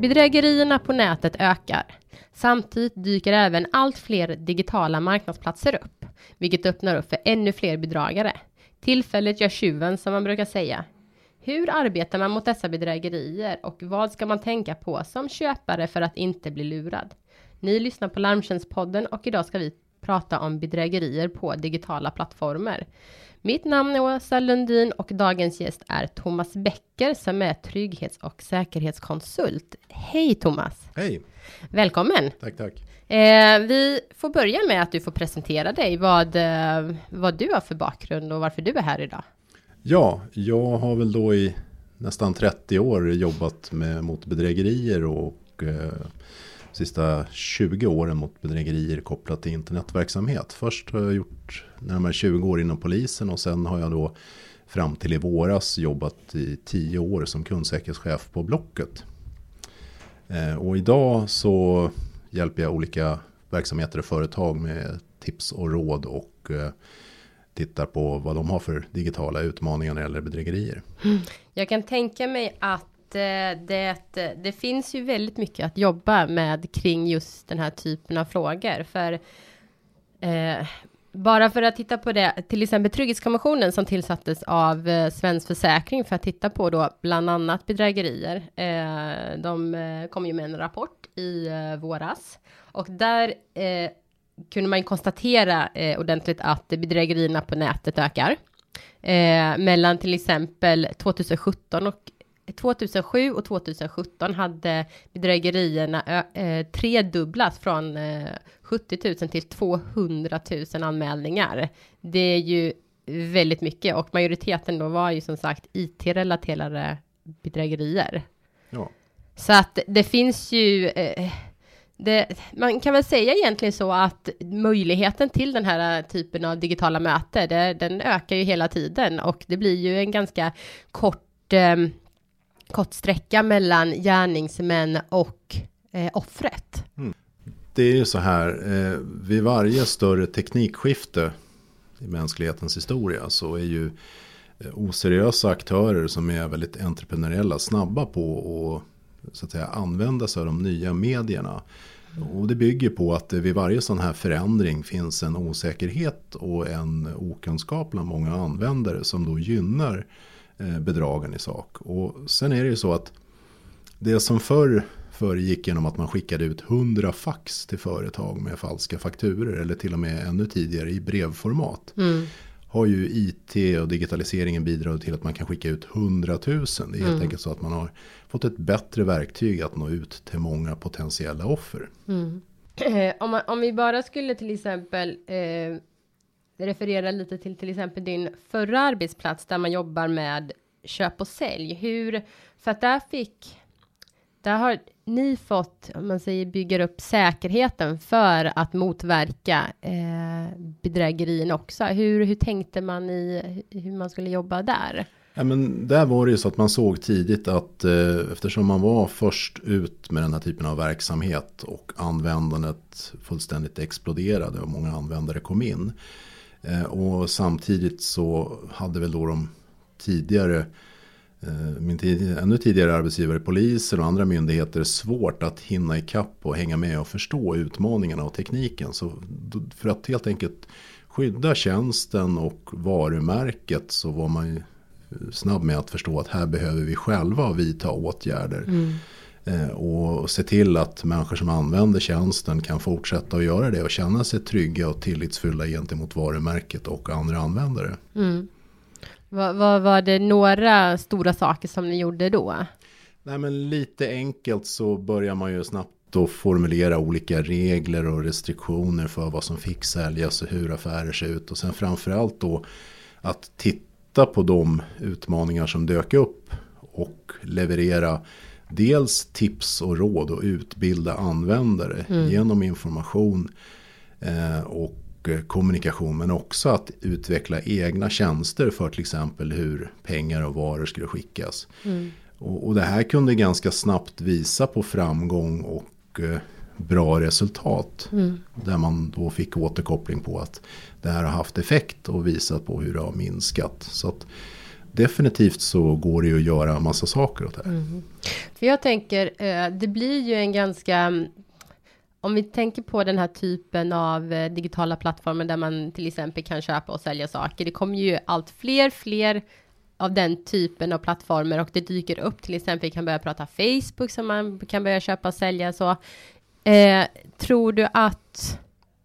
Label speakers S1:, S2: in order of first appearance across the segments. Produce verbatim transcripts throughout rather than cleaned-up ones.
S1: Bedrägerierna på nätet ökar. Samtidigt dyker även allt fler digitala marknadsplatser upp, vilket öppnar upp för ännu fler bedragare. Tillfället gör tjuven, som man brukar säga. Hur arbetar man mot dessa bedrägerier och vad ska man tänka på som köpare för att inte bli lurad? Ni lyssnar på Larmtjänstpodden och idag ska vi prata om bedrägerier på digitala plattformar. Mitt namn är Åsa Lundin och dagens gäst är Thomas Becker som är trygghets- och säkerhetskonsult. Hej Thomas!
S2: Hej!
S1: Välkommen!
S2: Tack, tack.
S1: Eh, vi får börja med att du får presentera dig, vad, eh, vad du har för bakgrund och varför du är här idag.
S2: Ja, jag har väl då i nästan trettio år jobbat med, mot bedrägerier och eh, sista tjugo åren mot bedrägerier kopplat till internetverksamhet. Först har jag gjort närmare tjugo år inom polisen och sen har jag då fram till i våras jobbat i tio år som kundsäkerhetschef på Blocket. Eh, och idag så hjälper jag olika verksamheter och företag med tips och råd och eh, tittar på vad de har för digitala utmaningar eller bedrägerier.
S1: Jag kan tänka mig att Det, det finns ju väldigt mycket att jobba med kring just den här typen av frågor. För eh, bara för att titta på det, till exempel Trygghetskommissionen som tillsattes av eh, Svensk Försäkring för att titta på då bland annat bedrägerier. Eh, de eh, kom ju med en rapport i eh, våras och där eh, kunde man ju konstatera eh, ordentligt att bedrägerierna på nätet ökar. Eh, mellan till exempel tjugohundrasjutton och tjugohundrasju och tjugohundrasjutton hade bedrägerierna eh, tredubblats från eh, sjuttio tusen till tvåhundratusen anmälningar. Det är ju väldigt mycket och majoriteten då var ju som sagt I T-relaterade bedrägerier.
S2: Ja.
S1: Så att det finns ju... Eh, det, man kan väl säga egentligen så att möjligheten till den här typen av digitala möten, det, den ökar ju hela tiden och det blir ju en ganska kort... Eh, kort sträcka mellan gärningsmän och eh, offret.
S2: Mm. Det är ju så här, eh, vid varje större teknikskifte i mänsklighetens historia så är ju eh, oseriösa aktörer som är väldigt entreprenöriella snabba på att så att säga, använda sig av de nya medierna. Mm. Och det bygger på att det vid varje sån här förändring finns en osäkerhet och en okunskap bland många användare som då gynnar bedragen i sak. Och sen är det ju så att det som förr föregick genom att man skickade ut hundra fax till företag med falska fakturer eller till och med ännu tidigare i brevformat mm. har ju I T och digitaliseringen bidragit till att man kan skicka ut hundratusen. Det är helt mm. enkelt så att man har fått ett bättre verktyg att nå ut till många potentiella offer.
S1: Mm. om, man, om vi bara skulle till exempel eh... refererar lite till till exempel din förra arbetsplats där man jobbar med köp och sälj. Hur, för att där fick, där har ni fått, om man säger, bygger upp säkerheten för att motverka eh, bedrägerin också. Hur, hur tänkte man i hur man skulle jobba där?
S2: Ja, men där var det ju så att man såg tidigt att eh, eftersom man var först ut med den här typen av verksamhet och användandet fullständigt exploderade och många användare kom in. Och samtidigt så hade väl då de tidigare, min tid, ännu tidigare arbetsgivare, poliser och andra myndigheter svårt att hinna ikapp och hänga med och förstå utmaningarna och tekniken. Så för att helt enkelt skydda tjänsten och varumärket så var man snabb med att förstå att här behöver vi själva vidta åtgärder. Mm. Och se till att människor som använder tjänsten kan fortsätta att göra det och känna sig trygga och tillitsfulla gentemot varumärket och andra användare.
S1: Mm. Vad, vad var det några stora saker som ni gjorde då?
S2: Nej, men lite enkelt så börjar man ju snabbt att formulera olika regler och restriktioner för vad som fick säljas och hur affärer ser ut. Och sen framförallt då att titta på de utmaningar som dök upp och leverera dels tips och råd och utbilda användare mm. genom information eh, och kommunikation, men också att utveckla egna tjänster för till exempel hur pengar och varor skulle skickas. Mm. Och, och det här kunde ganska snabbt visa på framgång och eh, bra resultat mm. där man då fick återkoppling på att det här har haft effekt och visat på hur det har minskat. Så att definitivt så går det ju att göra en massa saker åt det här.
S1: Mm. För jag tänker, det blir ju en ganska... Om vi tänker på den här typen av digitala plattformar där man till exempel kan köpa och sälja saker. Det kommer ju allt fler, fler av den typen av plattformar och det dyker upp. Till exempel kan börja prata Facebook som man kan börja köpa och sälja. Så, eh, tror du att...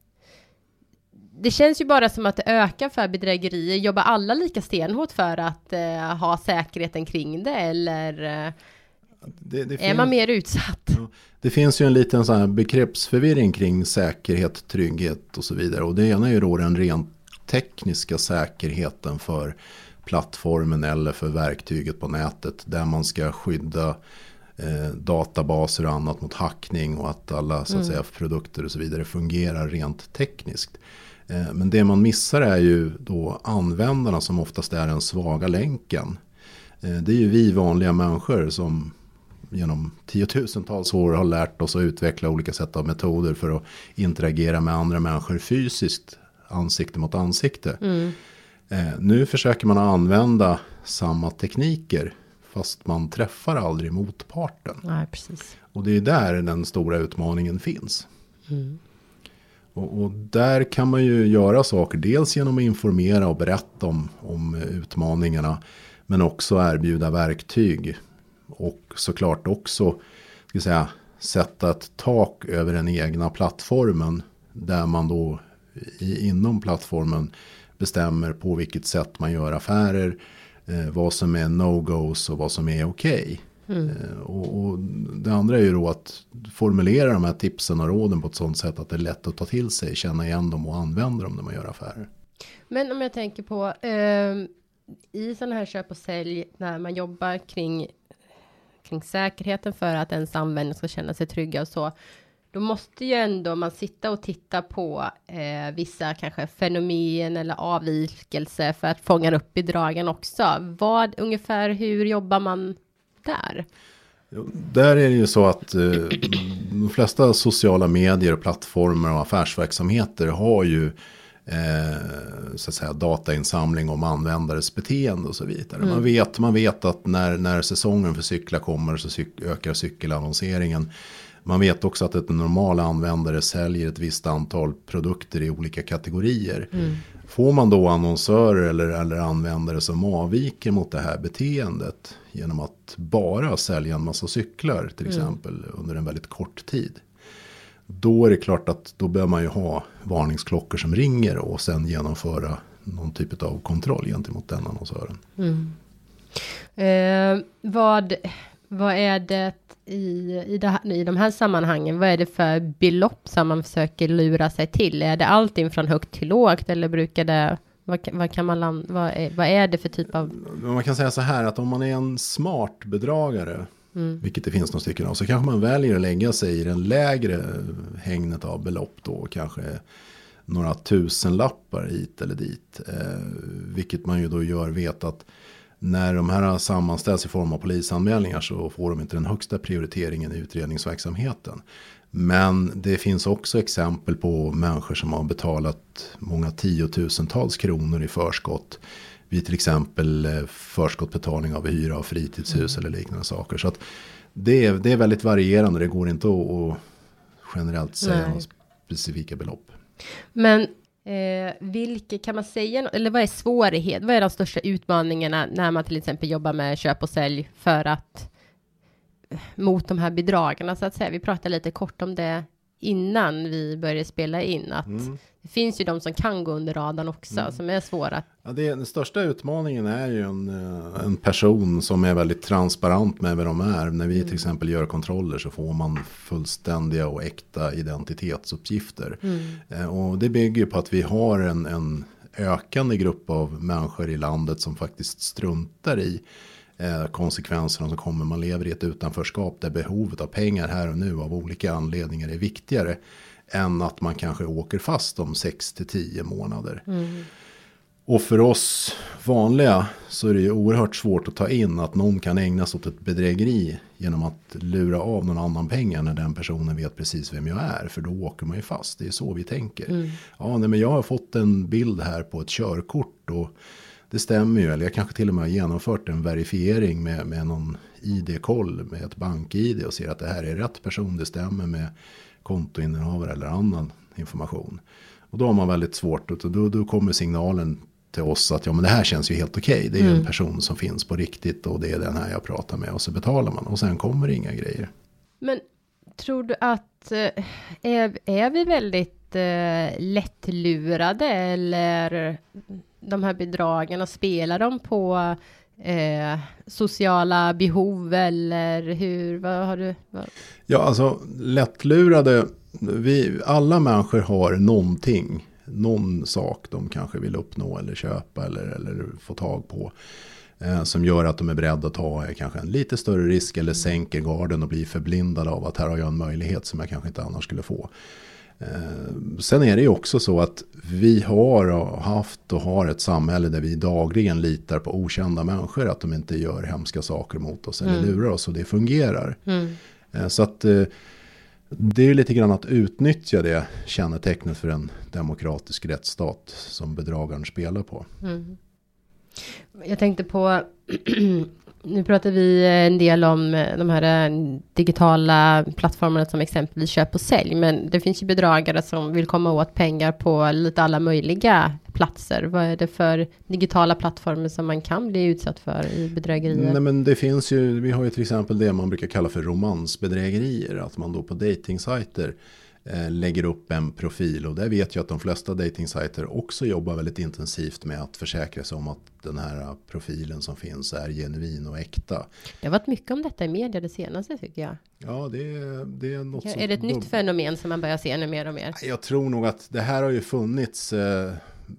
S1: Det känns ju bara som att det ökar för bedrägerier. Jobbar alla lika stenhårt för att eh, ha säkerheten kring det? Eller eh,
S2: det, det
S1: är
S2: finns,
S1: man mer utsatt?
S2: Ja, det finns ju en liten sån här begreppsförvirring kring säkerhet, trygghet och så vidare. Och det ena är ju då den rent tekniska säkerheten för plattformen eller för verktyget på nätet. Där man ska skydda eh, databaser och annat mot hackning och att alla så att mm. säga, produkter och så vidare fungerar rent tekniskt. Men det man missar är ju då användarna som oftast är den svaga länken. Det är ju vi vanliga människor som genom tiotusentals år har lärt oss att utveckla olika sätt av metoder för att interagera med andra människor fysiskt, ansikte mot ansikte. Mm. Nu försöker man använda samma tekniker fast man träffar aldrig motparten.
S1: Nej, precis.
S2: Och det är där den stora utmaningen finns. Mm. Och, och där kan man ju göra saker, dels genom att informera och berätta om, om utmaningarna, men också erbjuda verktyg. Och såklart också ska jag säga, sätta ett tak över den egna plattformen, där man då i, inom plattformen bestämmer på vilket sätt man gör affärer, eh, vad som är no-goes och vad som är okej. Okay. Mm. Och, och det andra är ju då att formulera de här tipsen och råden på ett sådant sätt att det är lätt att ta till sig, känna igen dem och använda dem när man gör affärer.
S1: Men om jag tänker på eh, i sådana här köp och sälj när man jobbar kring, kring säkerheten för att ens användare ska känna sig trygga och så, då måste ju ändå man sitta och titta på eh, vissa kanske fenomen eller avvikelse för att fånga upp bedragen också. Vad ungefär, hur jobbar man där?
S2: Där är det ju så att eh, de flesta sociala medier, plattformar och affärsverksamheter har ju eh, så att säga, datainsamling om användares beteende och så vidare. Mm. Man vet, man vet att när, när säsongen för cyklar kommer så cyk- ökar cykelannonseringen. Man vet också att ett normal användare säljer ett visst antal produkter i olika kategorier. Mm. Får man då annonsörer eller, eller användare som avviker mot det här beteendet genom att bara sälja en massa cyklar till exempel mm. under en väldigt kort tid. Då är det klart att då bör man ju ha varningsklockor som ringer och sen genomföra någon typ av kontroll gentemot den annonsören.
S1: Mm. Eh, vad, vad är det i, i, det här, i de här sammanhangen? Vad är det för belopp som man försöker lura sig till? Är det allting från högt till lågt eller brukar det... Vad, vad, kan man land, vad, är, vad är det för typ av...
S2: Man kan säga så här att om man är en smart bedragare, mm. vilket det finns några stycken av, så kanske man väljer att lägga sig i den lägre hängnet av belopp då. Kanske några tusen lappar hit eller dit. Eh, vilket man ju då gör vet att när de här sammanställs i form av polisanmälningar så får de inte den högsta prioriteringen i utredningsverksamheten. Men det finns också exempel på människor som har betalat många tiotusentals kronor i förskott. Vid till exempel förskottbetalning av hyra av fritidshus mm. eller liknande saker. Så att det, är, det är väldigt varierande. Det går inte att, att generellt säga några specifika belopp.
S1: Men eh, vilka kan man säga, eller vad är svårighet? Vad är de största utmaningarna när man till exempel jobbar med köp och sälj för att mot de här bedragarna så att säga. Vi pratade lite kort om det innan vi började spela in. Att mm. det finns ju de som kan gå under radarn också mm. som är svåra.
S2: Ja, det, den största utmaningen är ju en, en person som är väldigt transparent med vad de är. När vi mm. till exempel gör kontroller så får man fullständiga och äkta identitetsuppgifter. Mm. Och det bygger på att vi har en, en ökande grupp av människor i landet som faktiskt struntar i konsekvenserna som kommer. Man lever i ett utanförskap där behovet av pengar här och nu av olika anledningar är viktigare än att man kanske åker fast om sex till tio månader. Mm. Och för oss vanliga så är det ju oerhört svårt att ta in att någon kan ägna sig åt ett bedrägeri genom att lura av någon annan pengar när den personen vet precis vem jag är, för då åker man ju fast. Det är så vi tänker. Mm. Ja, nej, men jag har fått en bild här på ett körkort och det stämmer ju. Eller jag kanske till och med har genomfört en verifiering med, med någon I D-koll med ett bank-I D och ser att det här är rätt person. Det stämmer med kontoinnehavare eller annan information. Och då har man väldigt svårt. Och då, då kommer signalen till oss att ja, men det här känns ju helt okej. Det är mm. ju en person som finns på riktigt och det är den här jag pratar med. Och så betalar man och sen kommer det inga grejer.
S1: Men tror du att är, är vi väldigt eh, lättlurade eller de här bedragen och spelar de på eh, sociala behov eller hur, vad har du? Vad?
S2: Ja, alltså lättlurade, vi, alla människor har någonting, någon sak de kanske vill uppnå eller köpa eller, eller få tag på. Som gör att de är beredda att ta kanske en lite större risk eller sänker garden och blir förblindade av att här har jag en möjlighet som jag kanske inte annars skulle få. Sen är det ju också så att vi har haft och har ett samhälle där vi dagligen litar på okända människor att de inte gör hemska saker mot oss eller mm. lurar oss och det fungerar. Mm. Så att det är lite grann att utnyttja det kännetecknet för en demokratisk rättsstat som bedragaren spelar på. Mm.
S1: Jag tänkte på, nu pratar vi en del om de här digitala plattformarna som exempelvis köp och sälj. Men det finns ju bedragare som vill komma åt pengar på lite alla möjliga platser. Vad är det för digitala plattformar som man kan bli utsatt för i bedrägerier?
S2: Nej, men det finns ju, vi har ju till exempel det man brukar kalla för romansbedrägerier. Att man då på datingsajter lägger upp en profil och där vet jag att de flesta datingsajter också jobbar väldigt intensivt med att försäkra sig om att den här profilen som finns är genuin och äkta.
S1: Det har varit mycket om detta i media det senaste tycker jag.
S2: Ja, det är, det är något
S1: ja,
S2: som...
S1: Är det ett nytt fenomen som man börjar se nu mer och mer?
S2: Jag tror nog att det här har ju funnits eh,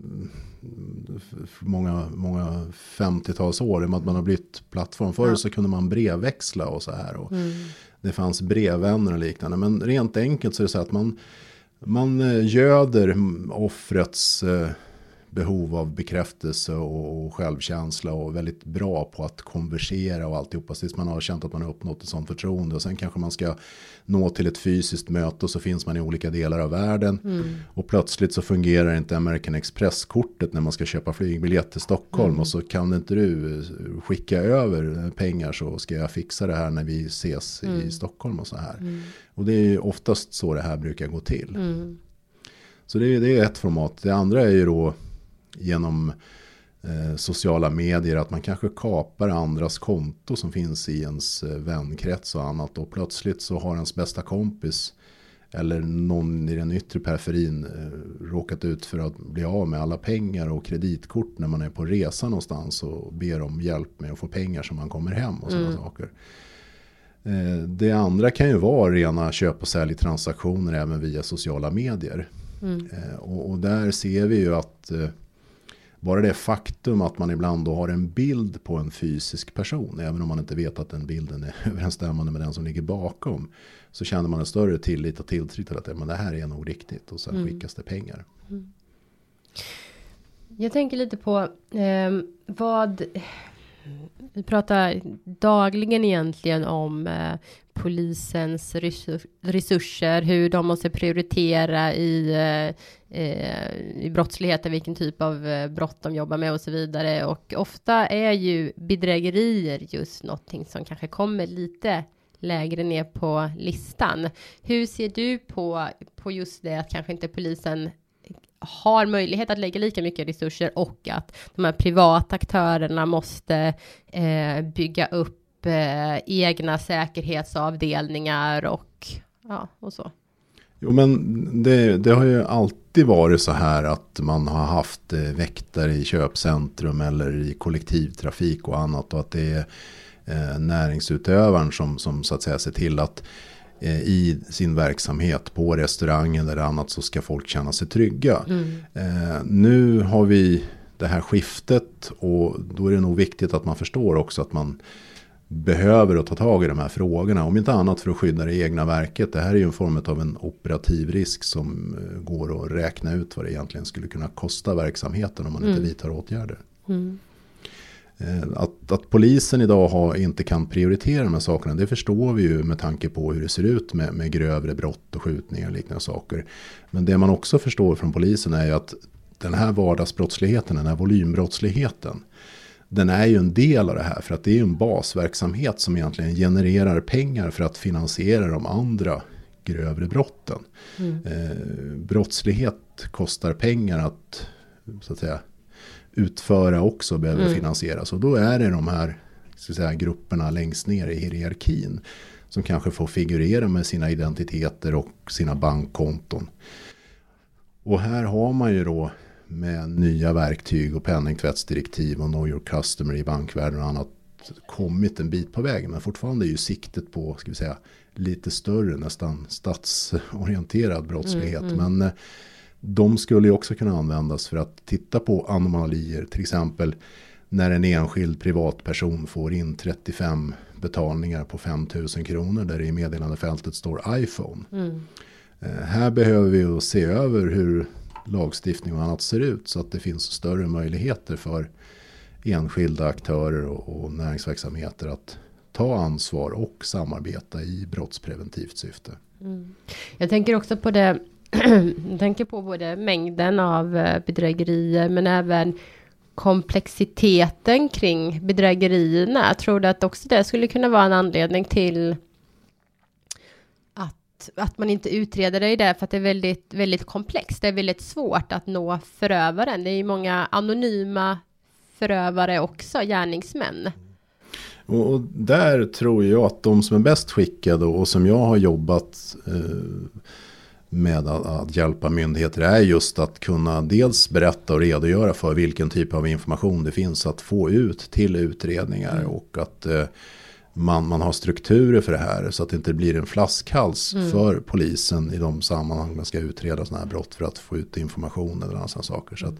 S2: många, många femtiotals år i att man har blivit plattform. Förr ja. så kunde man brevväxla och så här och mm. det fanns brevvänner och liknande. Men rent enkelt så är det så att man, man göder offrets behov av bekräftelse och, och självkänsla och väldigt bra på att konversera och alltihopa tills man har känt att man har uppnått ett sånt förtroende. Och sen kanske man ska nå till ett fysiskt möte och så finns man i olika delar av världen. Mm. Och plötsligt så fungerar inte American Express-kortet när man ska köpa flygbiljett till Stockholm. Mm. Och så kan inte du skicka över pengar så ska jag fixa det här när vi ses mm. i Stockholm och så här. Mm. Och det är ju oftast så det här brukar gå till. Mm. Så det är, det är ett format. Det andra är ju då genom eh, sociala medier att man kanske kapar andras konto som finns i ens eh, vänkrets och annat och plötsligt så har ens bästa kompis eller någon i den yttre periferin eh, råkat ut för att bli av med alla pengar och kreditkort när man är på resa någonstans och ber om hjälp med att få pengar så man kommer hem och sådana mm. saker. Eh, det andra kan ju vara rena köp- och säljtransaktioner även via sociala medier. Mm. Eh, och, och där ser vi ju att eh, bara det faktum att man ibland då har en bild på en fysisk person, även om man inte vet att den bilden är överensstämmande med den som ligger bakom, så känner man en större tillit och tilltro till att men det här är nog riktigt och sen mm. skickas det pengar. Mm.
S1: Jag tänker lite på eh, vad vi pratar dagligen egentligen om eh, polisens resurser, hur de måste prioritera i, eh, i brottsligheten, vilken typ av eh, brott de jobbar med och så vidare. Och ofta är ju bedrägerier just någonting som kanske kommer lite lägre ner på listan. Hur ser du på, på just det att kanske inte polisen har möjlighet att lägga lika mycket resurser och att de här privata aktörerna måste eh, bygga upp eh, egna säkerhetsavdelningar och, ja, och så.
S2: Jo, men det, det har ju alltid varit så här att man har haft eh, väktare i köpcentrum eller i kollektivtrafik och annat och att det är eh, näringsutövaren som, som så att säga ser till att i sin verksamhet på restaurangen eller annat så ska folk känna sig trygga. Mm. Eh, nu har vi det här skiftet och då är det nog viktigt att man förstår också att man behöver att ta tag i de här frågorna. Om inte annat för att skydda det egna verket. Det här är ju en form av en operativ risk som går att räkna ut vad det egentligen skulle kunna kosta verksamheten om man mm. inte vidtar åtgärder. Mm. Att, att polisen idag har, inte kan prioritera de här sakerna, det förstår vi ju med tanke på hur det ser ut med, med grövre brott och skjutningar och liknande saker. Men det man också förstår från polisen är ju att den här vardagsbrottsligheten, den här volymbrottsligheten, den är ju en del av det här, för att det är ju en basverksamhet som egentligen genererar pengar för att finansiera de andra grövre brotten. Mm. Eh, brottslighet kostar pengar att, så att säga, utföra också, behöver mm. finansieras. Och då är det de här, ska säga, grupperna längst ner i hierarkin som kanske får figurera med sina identiteter och sina bankkonton. Och här har man ju då med nya verktyg och penningtvättsdirektiv och Know Your Customer i bankvärlden och annat kommit en bit på vägen. Men fortfarande är ju siktet på, ska vi säga, lite större, nästan statsorienterad brottslighet. Mm, mm. Men eh, de skulle ju också kunna användas för att titta på anomalier. Till exempel när en enskild privatperson får in trettiofem betalningar på fem tusen kronor där det i meddelandefältet står iPhone. Mm. Eh, här behöver vi ju se över hur lagstiftning och annat ser ut så att det finns större möjligheter för enskilda aktörer och, och näringsverksamheter att ta ansvar och samarbeta i brottspreventivt syfte.
S1: Mm. Jag tänker också på det, jag tänker på både mängden av bedrägerier men även komplexiteten kring bedrägerierna. Jag tror att också det skulle kunna vara en anledning till att, att man inte utreder det i det, för att det är väldigt, väldigt komplext. Det är väldigt svårt att nå förövaren. Det är ju många anonyma förövare också, gärningsmän.
S2: Och, och där tror jag att de som är bäst skickade och som jag har jobbat eh, med att, att hjälpa myndigheter är just att kunna dels berätta och redogöra för vilken typ av information det finns att få ut till utredningar mm. och att eh, man, man har strukturer för det här så att det inte blir en flaskhals mm. för polisen i de sammanhang man ska utreda sådana här brott för att få ut information eller andra saker. Så att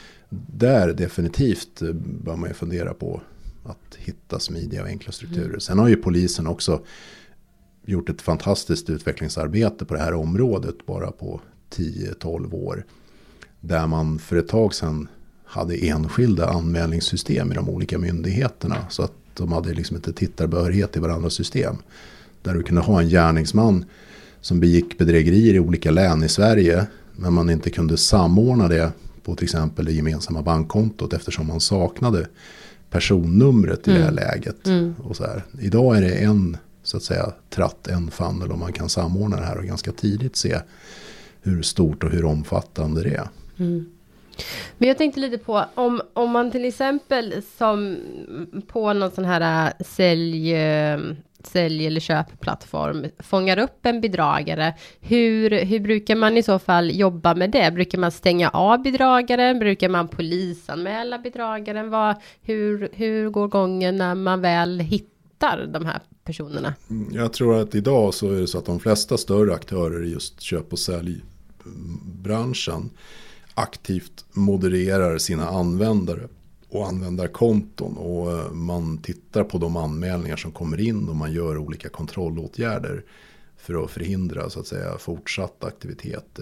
S2: där definitivt bör man ju fundera på att hitta smidiga och enkla strukturer. Mm. Sen har ju polisen också gjort ett fantastiskt utvecklingsarbete på det här området bara på tio till tolv år. Där man för ett tag sedan hade enskilda anmälningssystem i de olika myndigheterna. Så att de hade liksom inte tittarbehörighet i varandras system. Där du kunde ha en gärningsman som begick bedrägerier i olika län i Sverige. Men man inte kunde samordna det på till exempel det gemensamma bankkontot eftersom man saknade personnumret i mm. det här läget. Mm. Och så här. Idag är det en, så att säga, tratt, en funnel och man kan samordna det här och ganska tidigt se hur stort och hur omfattande det är. Mm.
S1: Men jag tänkte lite på om, om man till exempel som på någon sån här sälj, sälj eller köpplattform fångar upp en bedragare, hur, hur brukar man i så fall jobba med det? Brukar man stänga av bedragaren? Brukar man polisanmäla bedragaren? Vad, hur, hur går gången när man väl hittar de här personerna?
S2: Jag tror att idag så är det så att de flesta större aktörer i just köp- och säljbranschen aktivt modererar sina användare och användarkonton och man tittar på de anmälningar som kommer in och man gör olika kontrollåtgärder för att förhindra, så att säga, fortsatt aktivitet.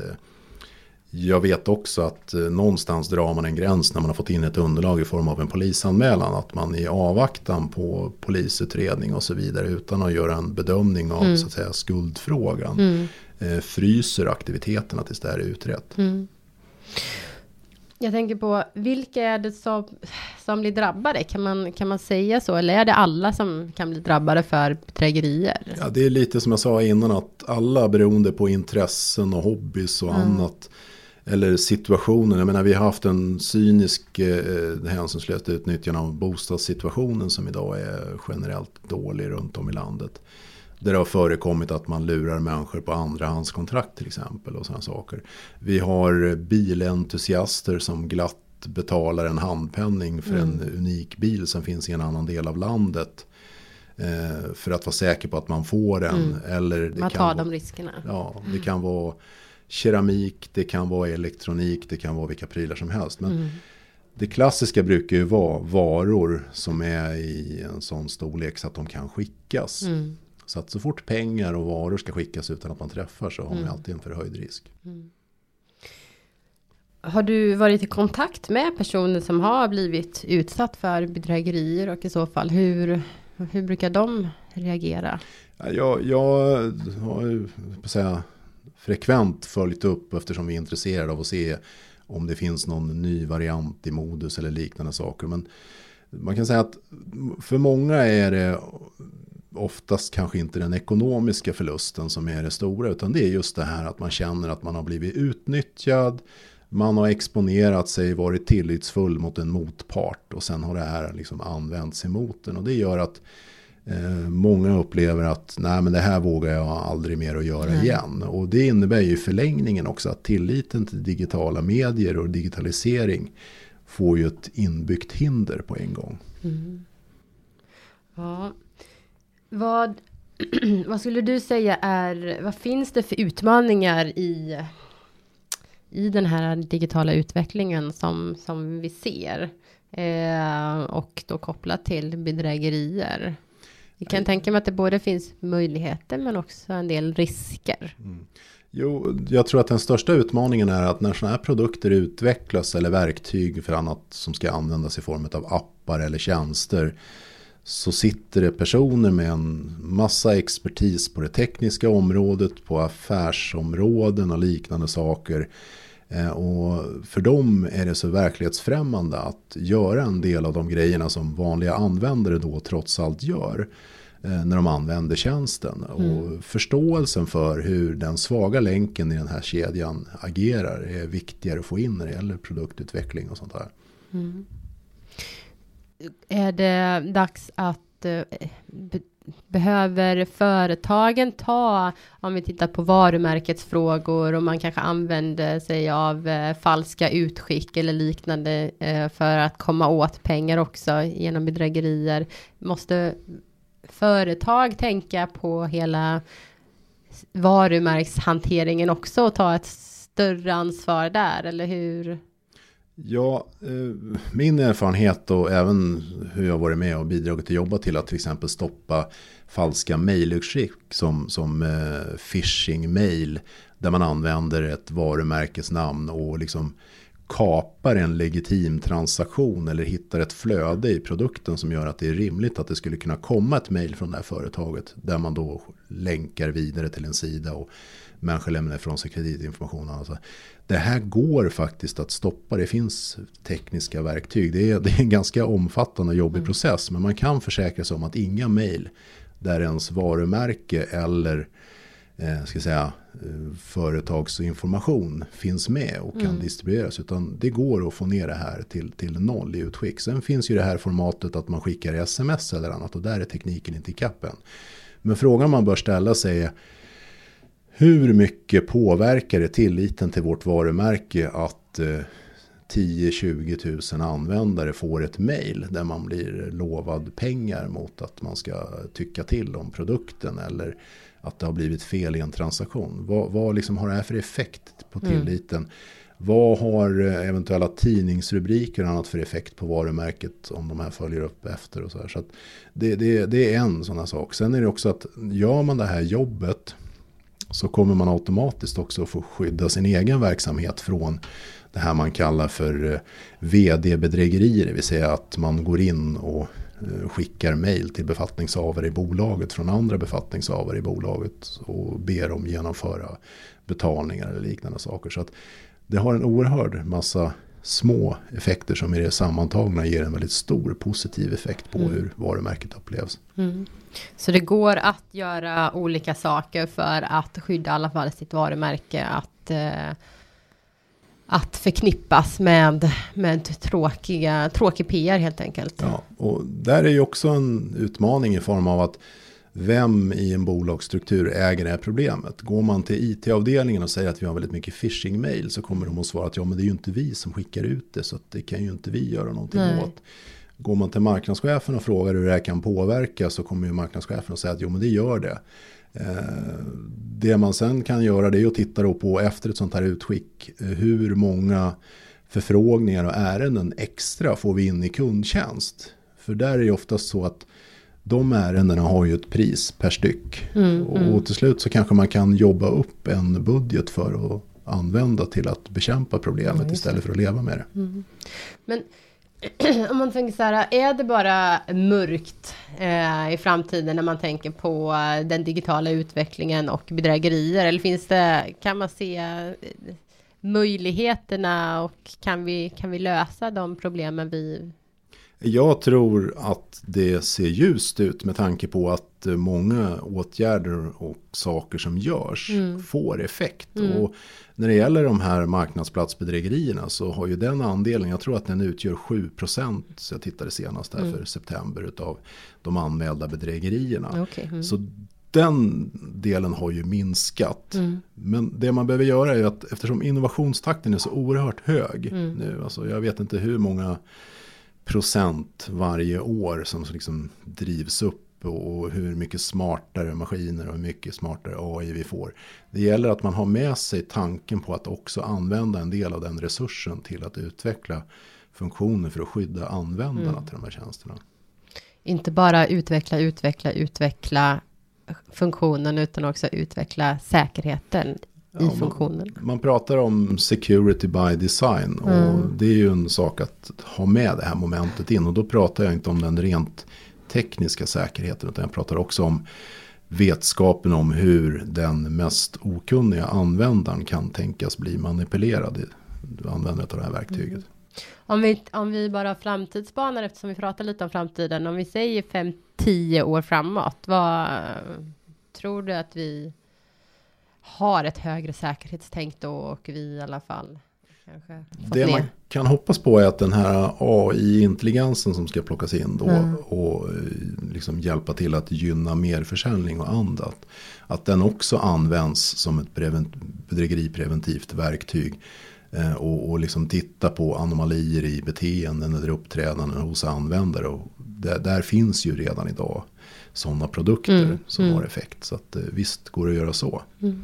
S2: Jag vet också att någonstans drar man en gräns när man har fått in ett underlag i form av en polisanmälan, att man i avvaktan på polisutredning och så vidare utan att göra en bedömning av mm. så att säga, skuldfrågan mm. fryser aktiviteterna tills det är utrett. Mm.
S1: Jag tänker på, vilka är det som, som blir drabbade? Kan man, kan man säga så? Eller är det alla som kan bli drabbade för bedrägerier?
S2: Ja, det är lite som jag sa innan, att alla beroende på intressen och hobbys och mm. annat. Eller situationen. Jag menar, vi har haft en cynisk eh, hänsynslöst utnyttjande av bostadssituationen som idag är generellt dålig runt om i landet. Där det har förekommit att man lurar människor på andrahandskontrakt till exempel och sådana saker. Vi har bilentusiaster som glatt betalar en handpenning för mm. en unik bil som finns i en annan del av landet. Eh, för att vara säker på att man får den. Mm. Eller det
S1: man
S2: kan
S1: tar
S2: vara,
S1: de riskerna.
S2: Ja, det mm. kan vara keramik, det kan vara elektronik, det kan vara vilka prylar som helst. Men mm. det klassiska brukar ju vara varor som är i en sån storlek så att de kan skickas. Mm. Så att så fort pengar och varor ska skickas utan att man träffar så har man mm. alltid en förhöjd risk. Mm.
S1: Har du varit i kontakt med personer som har blivit utsatt för bedrägerier och i så fall hur, hur brukar de reagera?
S2: Ja, jag, jag har ju på säga, frekvent följt upp eftersom vi är intresserade av att se om det finns någon ny variant i modus eller liknande saker. Men man kan säga att för många är det oftast kanske inte den ekonomiska förlusten som är det stora, utan det är just det här att man känner att man har blivit utnyttjad, man har exponerat sig, varit tillitsfull mot en motpart och sen har det här liksom använts emot den, och det gör att eh, många upplever att nej, men det här vågar jag aldrig mer att göra mm. igen, och det innebär ju i förlängningen också att tilliten till digitala medier och digitalisering får ju ett inbyggt hinder på en gång.
S1: Mm. Ja. Vad, vad skulle du säga är, vad finns det för utmaningar i, i den här digitala utvecklingen som, som vi ser? Eh, och då kopplat till bedrägerier. Vi kan tänka mig att det både finns möjligheter men också en del risker.
S2: Mm. Jo, jag tror att den största utmaningen är att när sådana här produkter utvecklas eller verktyg för annat som ska användas i form av appar eller tjänster, så sitter det personer med en massa expertis på det tekniska området, på affärsområden och liknande saker. Och för dem är det så verklighetsfrämmande att göra en del av de grejerna som vanliga användare då trots allt gör när de använder tjänsten. Mm. Och förståelsen för hur den svaga länken i den här kedjan agerar är viktigare att få in när det gäller produktutveckling och sånt där.
S1: Mm. Är det dags att eh, be, behöver företagen ta, om vi tittar på varumärkesfrågor, och man kanske använder sig av eh, falska utskick eller liknande eh, för att komma åt pengar också genom bedrägerier, måste företag tänka på hela varumärkeshanteringen också och ta ett större ansvar där, eller hur?
S2: Ja, min erfarenhet och även hur jag varit med och bidragit till att jobba till att till exempel stoppa falska mejlutskick som, som eh, phishing-mail, där man använder ett varumärkesnamn och liksom kapar en legitim transaktion eller hittar ett flöde i produkten som gör att det är rimligt att det skulle kunna komma ett mejl från det här företaget, där man då länkar vidare till en sida och människor lämnar ifrån sig kreditinformation. Alltså, det här går faktiskt att stoppa. Det finns tekniska verktyg. Det är, det är en ganska omfattande och jobbig mm. process, men man kan försäkra sig om att inga mejl där ens varumärke eller eh, ska säga, eh, företagsinformation finns med och kan mm. distribueras, utan det går att få ner det här till, till noll i utskick. Sen finns ju det här formatet att man skickar sms eller annat, och där är tekniken inte i kappen. Men frågan man bör ställa sig är: hur mycket påverkar det tilliten till vårt varumärke att eh, tio till tjugo tusen användare får ett mejl där man blir lovad pengar mot att man ska tycka till om produkten, eller att det har blivit fel i en transaktion? Vad, vad liksom har det här för effekt på tilliten? Mm. Vad har eventuella tidningsrubriker och annat för effekt på varumärket om de här följer upp efter och så här? Så att det, det, det är en sån här sak. Sen är det också att gör man det här jobbet, så kommer man automatiskt också få skydda sin egen verksamhet från det här man kallar för vd-bedrägerier. Det vill säga att man går in och skickar mejl till befattningshavare i bolaget från andra befattningshavare i bolaget och ber dem genomföra betalningar eller liknande saker. Så att det har en oerhörd massa små effekter som i det sammantagna ger en väldigt stor positiv effekt på mm. hur varumärket upplevs. Mm.
S1: Så det går att göra olika saker för att skydda i alla fall sitt varumärke, att, eh, att förknippas med, med tråkiga, tråkig P R helt enkelt.
S2: Ja, och där är ju också en utmaning i form av att vem i en bolagsstruktur äger det här problemet? Går man till I T-avdelningen och säger att vi har väldigt mycket phishing-mail, så kommer de att svara att ja, men det är ju inte vi som skickar ut det, så att det kan ju inte vi göra någonting Nej. åt. Går man till marknadschefen och frågar hur det här kan påverka, så kommer ju marknadschefen att säga att jo, men det gör det. Eh, det man sen kan göra, det är att titta då på efter ett sånt här utskick, hur många förfrågningar och ärenden extra får vi in i kundtjänst. För där är det oftast så att de ärendena har ju ett pris per styck. Mm, och mm. till slut så kanske man kan jobba upp en budget för att använda till att bekämpa problemet mm, istället för att leva med det.
S1: Mm. Men om man tänker så här, är det bara mörkt eh, i framtiden när man tänker på den digitala utvecklingen och bedrägerier? Eller finns det, kan man se möjligheterna och kan vi, kan vi lösa de problemen vi...
S2: Jag tror att det ser ljust ut med tanke på att många åtgärder och saker som görs mm. får effekt. Mm. Och när det gäller de här marknadsplatsbedrägerierna så har ju den andelen, jag tror att den utgör sju procent, så jag tittade senast här mm. för september, utav de anmälda bedrägerierna.
S1: Okay. Mm.
S2: Så den delen har ju minskat. Mm. Men det man behöver göra är ju att eftersom innovationstakten är så oerhört hög mm. nu, alltså jag vet inte hur många procent varje år som liksom drivs upp och hur mycket smartare maskiner och hur mycket smartare A I vi får. Det gäller att man har med sig tanken på att också använda en del av den resursen till att utveckla funktioner för att skydda användarna mm. till de här tjänsterna.
S1: Inte bara utveckla, utveckla, utveckla funktionen utan också utveckla säkerheten i ja, funktionen.
S2: Man, man pratar om security by design och mm. det är ju en sak att ha med det här momentet in, och då pratar jag inte om den rent tekniska säkerheten utan jag pratar också om vetskapen om hur den mest okunniga användaren kan tänkas bli manipulerad i användandet av det här verktyget. Mm.
S1: Om vi, om vi bara framtidsspanar, eftersom vi pratar lite om framtiden, om vi säger fem till tio år framåt, vad tror du att vi har ett högre säkerhetstänk då, och vi i alla fall kanske
S2: det ner. Man kan hoppas på är att den här A I-intelligensen som ska plockas in då mm. och liksom hjälpa till att gynna mer försäljning och annat, att den också används som ett prevent- bedrägeripreventivt verktyg eh, och, och liksom titta på anomalier i beteenden eller uppträdanden hos användare, och där, där finns ju redan idag sådana produkter mm. som mm. har effekt, så att eh, visst går det att göra så. Mm.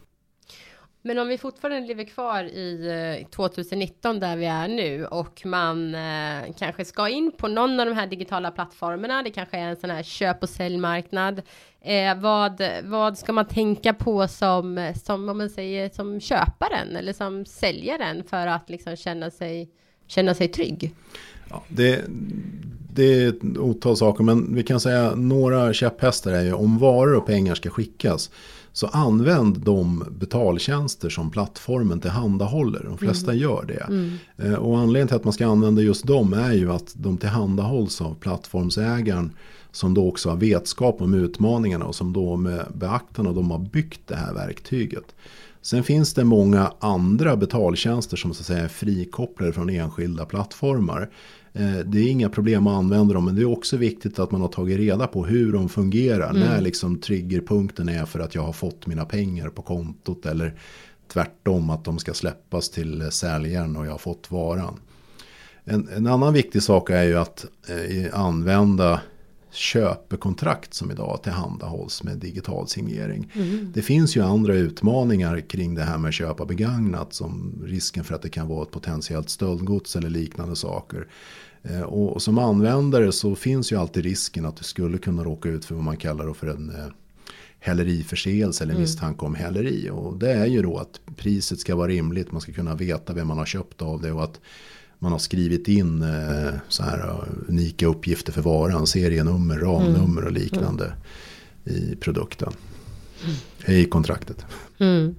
S1: Men om vi fortfarande lever kvar i tjugonitton där vi är nu och man eh, kanske ska in på någon av de här digitala plattformarna, det kanske är en sån här köp- och säljmarknad. Eh, vad, vad ska man tänka på som, som, om man säger, som köparen eller som säljaren för att liksom känna sig, känna sig trygg?
S2: Ja, det, det är ett otal saker, men vi kan säga några käpphästar är ju om varor och pengar ska skickas. Så använd de betaltjänster som plattformen tillhandahåller. De flesta mm. gör det. Mm. Och anledningen till att man ska använda just dem är ju att de tillhandahålls av plattformsägaren som då också har vetskap om utmaningarna och som då med beaktande av de har byggt det här verktyget. Sen finns det många andra betaltjänster som så att säga är frikopplade från enskilda plattformar. Det är inga problem att använda dem, men det är också viktigt att man har tagit reda på hur de fungerar. Mm. När liksom triggerpunkten är för att jag har fått mina pengar på kontot, eller tvärtom att de ska släppas till säljaren och jag har fått varan. En, en annan viktig sak är ju att eh, använda köpekontrakt som idag tillhandahålls med digital signering. Mm. Det finns ju andra utmaningar kring det här med köpa begagnat, som risken för att det kan vara ett potentiellt stöldgods eller liknande saker. Eh, och, och som användare så finns ju alltid risken att du skulle kunna råka ut för vad man kallar för en eh, häleriförseelse eller misstanke om häleri. Och det är ju då att priset ska vara rimligt, man ska kunna veta vem man har köpt av det och att man har skrivit in eh, så här unika uppgifter för varan, serienummer, ramnummer och liknande mm. i produkten, mm. i kontraktet. Mm.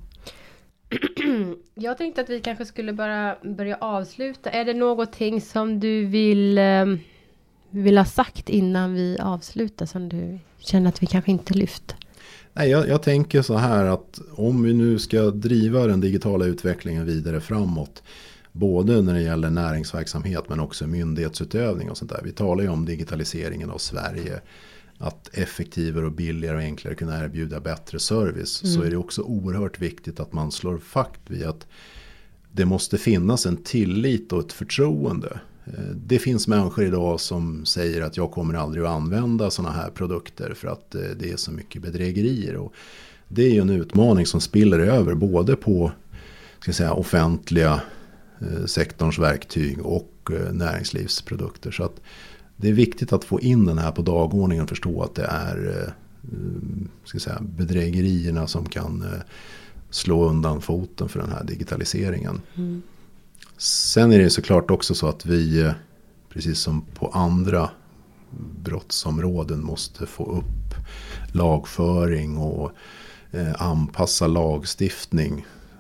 S1: Jag tänkte att vi kanske skulle bara börja avsluta. Är det någonting som du vill, eh, vill ha sagt innan vi avslutar som du känner att vi kanske inte lyft?
S2: Nej, jag, jag tänker så här att om vi nu ska driva den digitala utvecklingen vidare framåt, både när det gäller näringsverksamhet men också myndighetsutövning och sånt där. Vi talar ju om digitaliseringen av Sverige, att effektivare och billigare och enklare kunna erbjuda bättre service. Mm. Så är det också oerhört viktigt att man slår fast vid att det måste finnas en tillit och ett förtroende. Det finns människor idag som säger att jag kommer aldrig att använda såna här produkter för att det är så mycket bedrägerier. Och det är ju en utmaning som spiller över både på ska jag säga, offentliga sektorns verktyg och näringslivsprodukter. Så att det är viktigt att få in den här på dagordningen och förstå att det är ska jag säga, bedrägerierna som kan slå undan foten för den här digitaliseringen. Mm. Sen är det såklart också så att vi, precis som på andra brottsområden, måste få upp lagföring och anpassa lagstiftning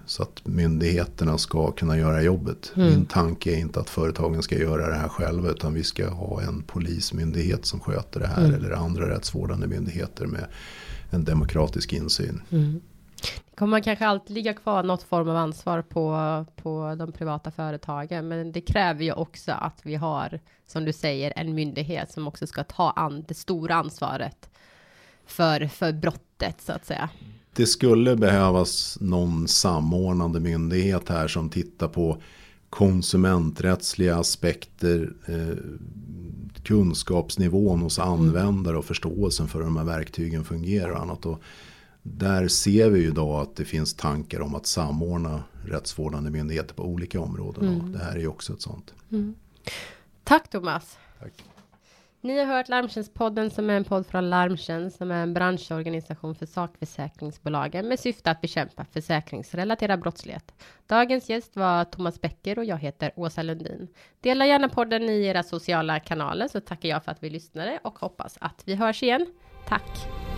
S2: Så att myndigheterna ska kunna göra jobbet. Mm. Min tanke är inte att företagen ska göra det här själva, utan vi ska ha en polismyndighet som sköter det här mm. eller andra rättsvårdande myndigheter med en demokratisk insyn.
S1: Mm. Kommer man kanske alltid ligga kvar något form av ansvar på, på de privata företagen, men det kräver ju också att vi har, som du säger, en myndighet som också ska ta an det stora ansvaret för, för brottet så att säga.
S2: Det skulle behövas någon samordnande myndighet här som tittar på konsumenträttsliga aspekter, eh, kunskapsnivån hos användare och förståelsen för hur de här verktygen fungerar och annat. Och där ser vi ju idag att det finns tankar om att samordna rättsvårdande myndigheter på olika områden. Mm. Och det här är ju också ett sånt.
S1: Mm. Tack Thomas.
S2: Tack.
S1: Ni har hört Larmtjänstpodden som är en podd från Larmtjänst som är en branschorganisation för sakförsäkringsbolagen med syfte att bekämpa försäkringsrelaterad brottslighet. Dagens gäst var Thomas Becker och jag heter Åsa Lundin. Dela gärna podden i era sociala kanaler så tackar jag för att vi lyssnade och hoppas att vi hörs igen. Tack!